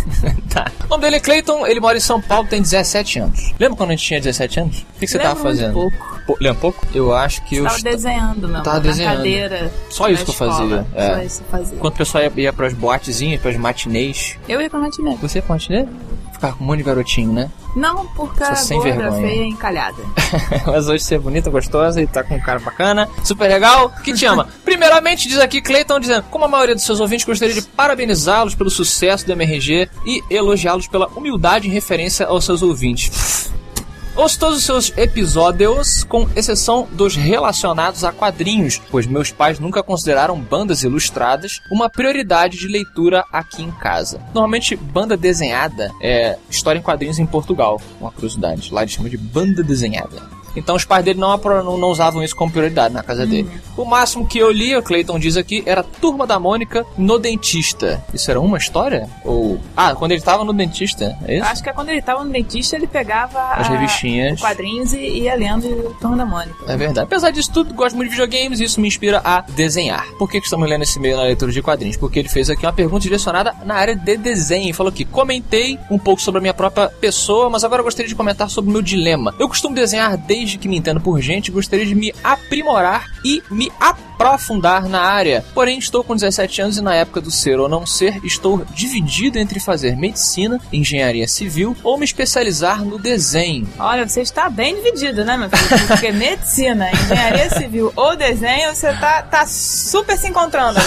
Tá. O nome dele é Clayton, ele mora em São Paulo, tem 17 anos. Lembra quando a gente tinha 17 anos? O que você tava fazendo? Lembra pouco? Eu acho que eu... Tava desenhando, meu amor. Tava desenhando. Na cadeira. Só isso que eu fazia. Só isso que eu fazia. Enquanto o pessoal ia pras boatezinhas, pras matinês. Eu ia pra matinê. Você ia pra matinê? Ficava com um monte de garotinho, né? Não, porque a gorda, feia e encalhada. Mas hoje você é bonita, gostosa e tá com um cara bacana, super legal, que te ama. Primeiramente, diz aqui Clayton dizendo: como a maioria dos seus ouvintes, gostaria de parabenizá-los pelo sucesso do MRG e elogiá-los pela humildade em referência aos seus ouvintes. Ouço todos os seus episódios, com exceção dos relacionados a quadrinhos, pois meus pais nunca consideraram bandas ilustradas uma prioridade de leitura aqui em casa. Normalmente, banda desenhada é história em quadrinhos em Portugal, uma curiosidade. Lá eles chamam de banda desenhada. Então os pais dele não usavam isso como prioridade na casa dele. O máximo que eu li, o Clayton diz aqui, era Turma da Mônica no Dentista. Isso era uma história? Ou... quando ele tava no dentista, é isso? Acho que é quando ele tava no dentista, ele pegava as revistinhas, os quadrinhos e ia lendo Turma da Mônica. É verdade. Apesar disso tudo, gosto muito de videogames e isso me inspira a desenhar. Por que estamos lendo esse meio na leitura de quadrinhos? Porque ele fez aqui uma pergunta direcionada na área de desenho. Falou que comentei um pouco sobre a minha própria pessoa, mas agora gostaria de comentar sobre o meu dilema. Eu costumo desenhar desde que me entendo por gente, gostaria de me aprimorar e me aprofundar na área. Porém, estou com 17 anos e na época do ser ou não ser, estou dividido entre fazer medicina, engenharia civil ou me especializar no desenho. Olha, você está bem dividido, né, meu filho? Porque medicina, engenharia civil ou desenho, você tá super se encontrando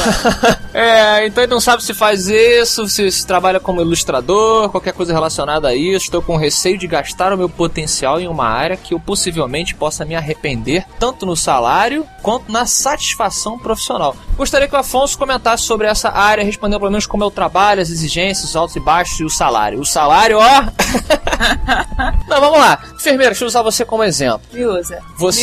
agora. Então ele não sabe se faz isso, se trabalha como ilustrador, qualquer coisa relacionada a isso. Estou com receio de gastar o meu potencial em uma área que eu possivelmente possa me arrepender, tanto no salário quanto na satisfação profissional. Gostaria que o Afonso comentasse sobre essa área, respondendo pelo menos como é o trabalho, as exigências, os altos e baixos e o salário. O salário, ó... Não, vamos lá. Enfermeira, deixa eu usar você como exemplo. Me usa.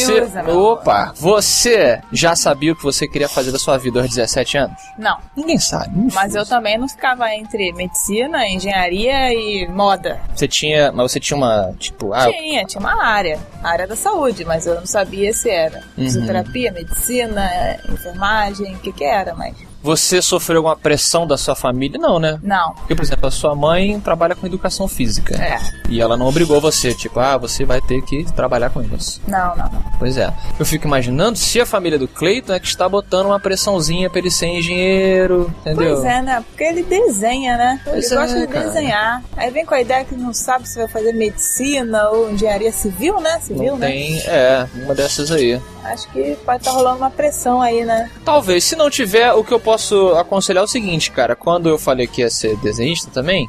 Você já sabia o que você queria fazer da sua vida aos 17 anos? Não. Ninguém sabe. Mas eu também não ficava entre medicina, engenharia e moda. Você tinha uma, tipo... Tinha uma área. A área da saúde, mas eu não sabia se era fisioterapia, medicina, enfermagem, o que era, mas... você sofreu alguma pressão da sua família? Não, né? Não. Porque, por exemplo, a sua mãe trabalha com educação física. E ela não obrigou você, tipo, você vai ter que trabalhar com isso. Não. Pois é. Eu fico imaginando se a família do Cleiton é que está botando uma pressãozinha pra ele ser engenheiro, entendeu? Pois é, né? Porque ele desenha, né? Ele gosta de cara. desenhar. Aí vem com a ideia que não sabe se vai fazer medicina ou engenharia civil, né? Civil, não né? tem, uma dessas aí. Acho que pode estar rolando uma pressão aí, né? Talvez. Se não tiver, o que eu posso aconselhar é o seguinte, cara. Quando eu falei que ia ser desenhista também,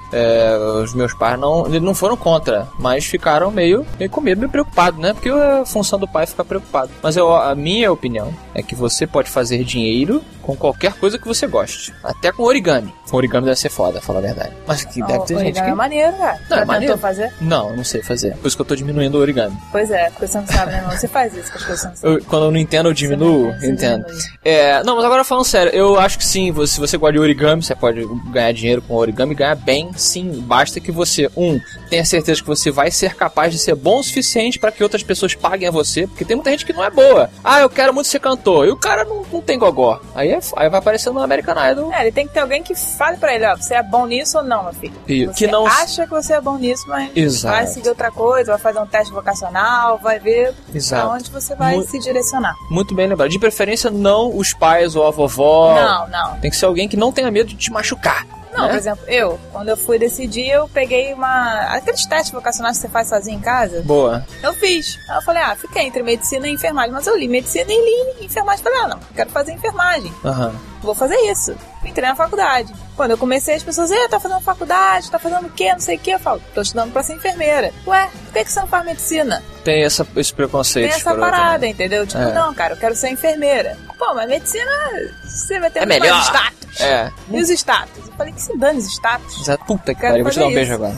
os meus pais não foram contra, mas ficaram meio com medo, meio preocupados, né? Porque a função do pai é ficar preocupado. Mas a minha opinião é que você pode fazer dinheiro com qualquer coisa que você goste. Até com origami. Com origami deve ser foda, falar a verdade. Mas que deve ter gente que... é maneiro, cara. Não, já é maneiro. tentou fazer? Não não sei fazer. Por isso que eu tô diminuindo o origami. Pois é, porque você não sabe, né, irmão? Você faz isso com as coisas que você não sabe. Quando eu não entendo, eu diminuo. Você entendo. diminui. Não, mas agora falando sério, eu acho que sim, se você gosta de origami, você pode ganhar dinheiro com origami, ganhar bem, sim. Basta que você, tenha certeza que você vai ser capaz de ser bom o suficiente para que outras pessoas paguem a você, porque tem muita gente que não é boa. Eu quero muito ser cantor, e o cara não tem gogó. Aí vai aparecer no American Idol. Ele tem que ter alguém que fale pra ele, você é bom nisso ou não, meu filho? Você que não acha que você é bom nisso, mas Exato. vai seguir outra coisa, vai fazer um teste vocacional, vai ver pra onde você vai se direcionar. Muito bem lembrado. De preferência, não os pais ou a vovó. Não. Tem que ser alguém que não tenha medo de te machucar. Não, por exemplo, quando eu fui decidir, eu peguei aqueles testes vocacionais que você faz sozinho em casa. Boa. Eu fiz. Aí eu falei, fiquei entre medicina e enfermagem. Mas eu li medicina e li enfermagem. Falei, não, quero fazer enfermagem. Vou fazer isso. Entrei na faculdade. Quando eu comecei, as pessoas, tá fazendo faculdade, tá fazendo o quê, não sei o quê. Eu falo, tô estudando pra ser enfermeira. Ué, por que você não faz medicina? Tem esse preconceito. Tem essa parada, entendeu? Tipo, não, cara, eu quero ser enfermeira. Pô, mas medicina, você vai ter melhor. mais status. E os status? Eu falei que se dane os status. Exato. Puta que pariu, vou te dar um beijo agora.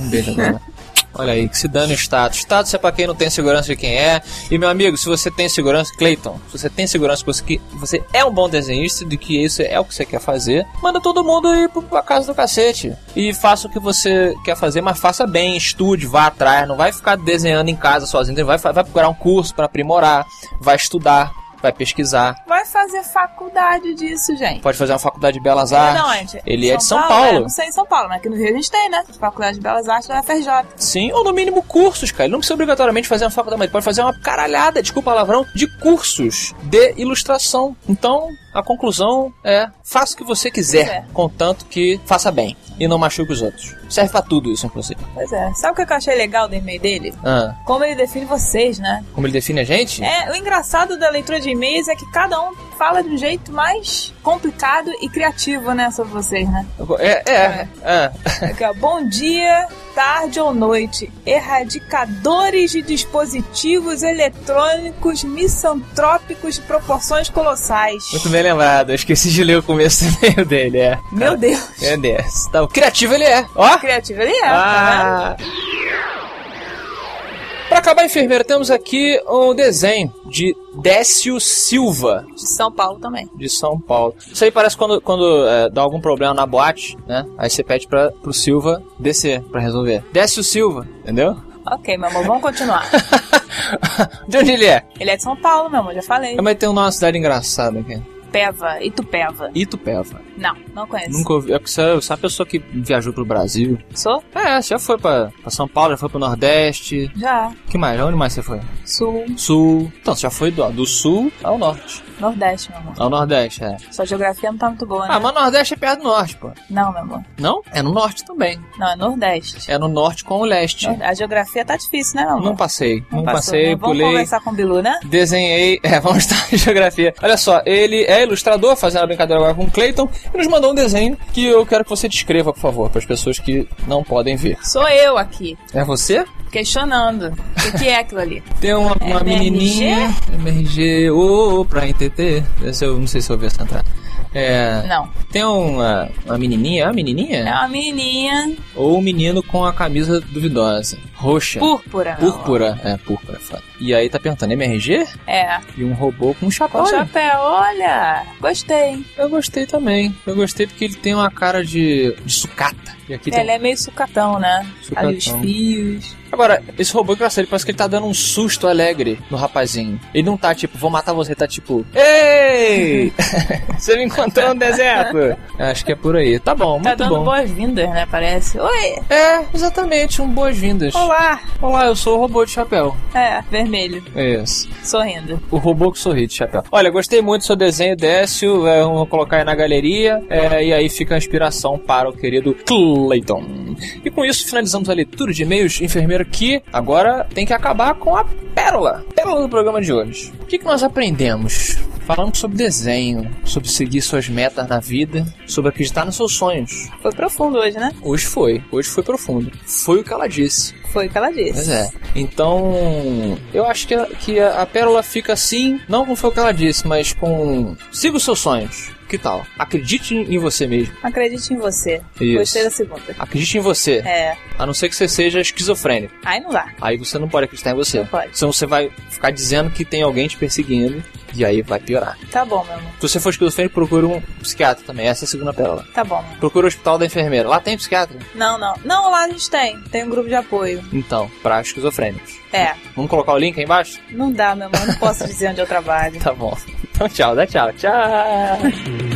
Olha aí, que se dane o status. Status é pra quem não tem segurança de quem é. E, meu amigo, se você tem segurança, Cleiton, se você tem segurança que você é um bom desenhista, de que isso é o que você quer fazer, manda todo mundo ir pra casa do cacete. E faça o que você quer fazer, mas faça bem, estude, vá atrás. Não vai ficar desenhando em casa sozinho. Vai procurar um curso pra aprimorar, vai estudar, vai pesquisar. Vai fazer faculdade disso, gente. Pode fazer uma faculdade de Belas Artes. Ele é de São Paulo. Paulo. Não sei em São Paulo, mas aqui no Rio a gente tem, né? Faculdade de Belas Artes da UFRJ. Sim, ou no mínimo cursos, cara. Ele não precisa obrigatoriamente fazer uma faculdade, mas ele pode fazer uma caralhada, desculpa o palavrão, de cursos de ilustração. Então, a conclusão é, faça o que você quiser, contanto que faça bem e não machuque os outros. Serve pra tudo isso, inclusive. Pois é. Sabe o que eu achei legal do e-mail dele? Como ele define vocês, né? Como ele define a gente? O engraçado da leitura de e-mails é que cada um fala de um jeito mais complicado e criativo, né, sobre vocês, né? Aqui, ó, bom dia, tarde ou noite, erradicadores de dispositivos eletrônicos misantrópicos de proporções colossais. Muito bem lembrado, eu esqueci de ler o começo do e-mail dele, Meu Deus. Meu Deus. Tá, o criativo ele é, ó. Criativo ele é, tá vendo? Pra acabar, enfermeira, temos aqui um desenho de Décio Silva. De São Paulo também. De São Paulo. Isso aí parece quando dá algum problema na boate, né? Aí você pede pro Silva descer pra resolver. Décio Silva, entendeu? Ok, meu amor, vamos continuar. De onde ele é? Ele é de São Paulo, meu amor, já falei. Mas tem uma cidade engraçada aqui. Itupeva. Não conheço. Nunca ouvi. É porque você é uma pessoa que viajou pro Brasil. Sou? Você já foi pra São Paulo, já foi pro Nordeste. Já. Que mais? Onde mais você foi? Sul. Então, você já foi do Sul ao Norte. Nordeste, meu amor. Ao Nordeste, Sua geografia não tá muito boa, né? Mas Nordeste é perto do Norte, pô. Não, meu amor. Não? É no Norte também. Não, é Nordeste. É no Norte com o Leste. A geografia tá difícil, né, meu amor? Não passei. Não passou, passei, né? pulei. Vamos conversar com o Bilu, né? Desenhei. Vamos estar em geografia. Olha só, ele é ilustrador, fazendo a brincadeira agora com o Cleiton, e nos mandou um desenho que eu quero que você descreva, por favor, para as pessoas que não podem ver. Sou eu aqui. É você? Questionando. O que é aquilo ali? Tem uma menininha. MRG, pra entender. Eu não sei se eu ouvi essa entrada. Não. Tem uma menininha. É uma menininha? É uma menininha. Ou um menino com a camisa duvidosa. Roxa. Púrpura. Púrpura. Púrpura, foda. E aí tá perguntando, MRG? E um robô com um chapéu. Com chapéu, olha. Gostei. Eu gostei também. Eu gostei porque ele tem uma cara de sucata. E aqui ele é meio sucatão, né? Sucatão. Ali os fios. Agora, esse robô engraçado, ele parece que ele tá dando um susto alegre no rapazinho. Ele não tá tipo, vou matar você, tá tipo, ei! Você me encontrou no deserto. Acho que é por aí. Tá bom, muito bom. Tá dando boas-vindas, né, parece. Oi! É, exatamente, boas-vindas. Olá! Olá, eu sou o robô de chapéu. É, vermelho. Isso. Sorrindo. O robô que sorri de chapéu. Olha, gostei muito do seu desenho, Décio. Vamos colocar aí na galeria. E aí fica a inspiração para o querido Clayton. E com isso, finalizamos a leitura de e-mails, enfermeiro, que agora tem que acabar com a pérola do programa de hoje. O que nós aprendemos? Falando sobre desenho, sobre seguir suas metas na vida, sobre acreditar nos seus sonhos. Foi profundo hoje, né? Hoje foi profundo. Foi o que ela disse. Foi o que ela disse. Pois é. Então, eu acho que a pérola fica assim, não com foi o que ela disse, mas com siga os seus sonhos. Que tal? Acredite em você mesmo. Acredite em você. Isso. Gostei da segunda. Acredite em você. É. A não ser que você seja esquizofrênico. Aí não dá. Aí você não pode acreditar em você. Não pode. Senão você vai ficar dizendo que tem alguém te perseguindo e aí vai piorar. Tá bom, meu amor. Se você for esquizofrênico, procura um psiquiatra também. Essa é a segunda pérola. Tá bom, meu amor. Procura o hospital da enfermeira. Lá tem psiquiatra? Não, lá a gente tem. Tem um grupo de apoio. Então, pra esquizofrênicos. É. Vamos colocar o link aí embaixo? Não dá, meu amor. Não posso dizer onde eu trabalho. Tá bom. Então tchau, dá tchau. Tchau.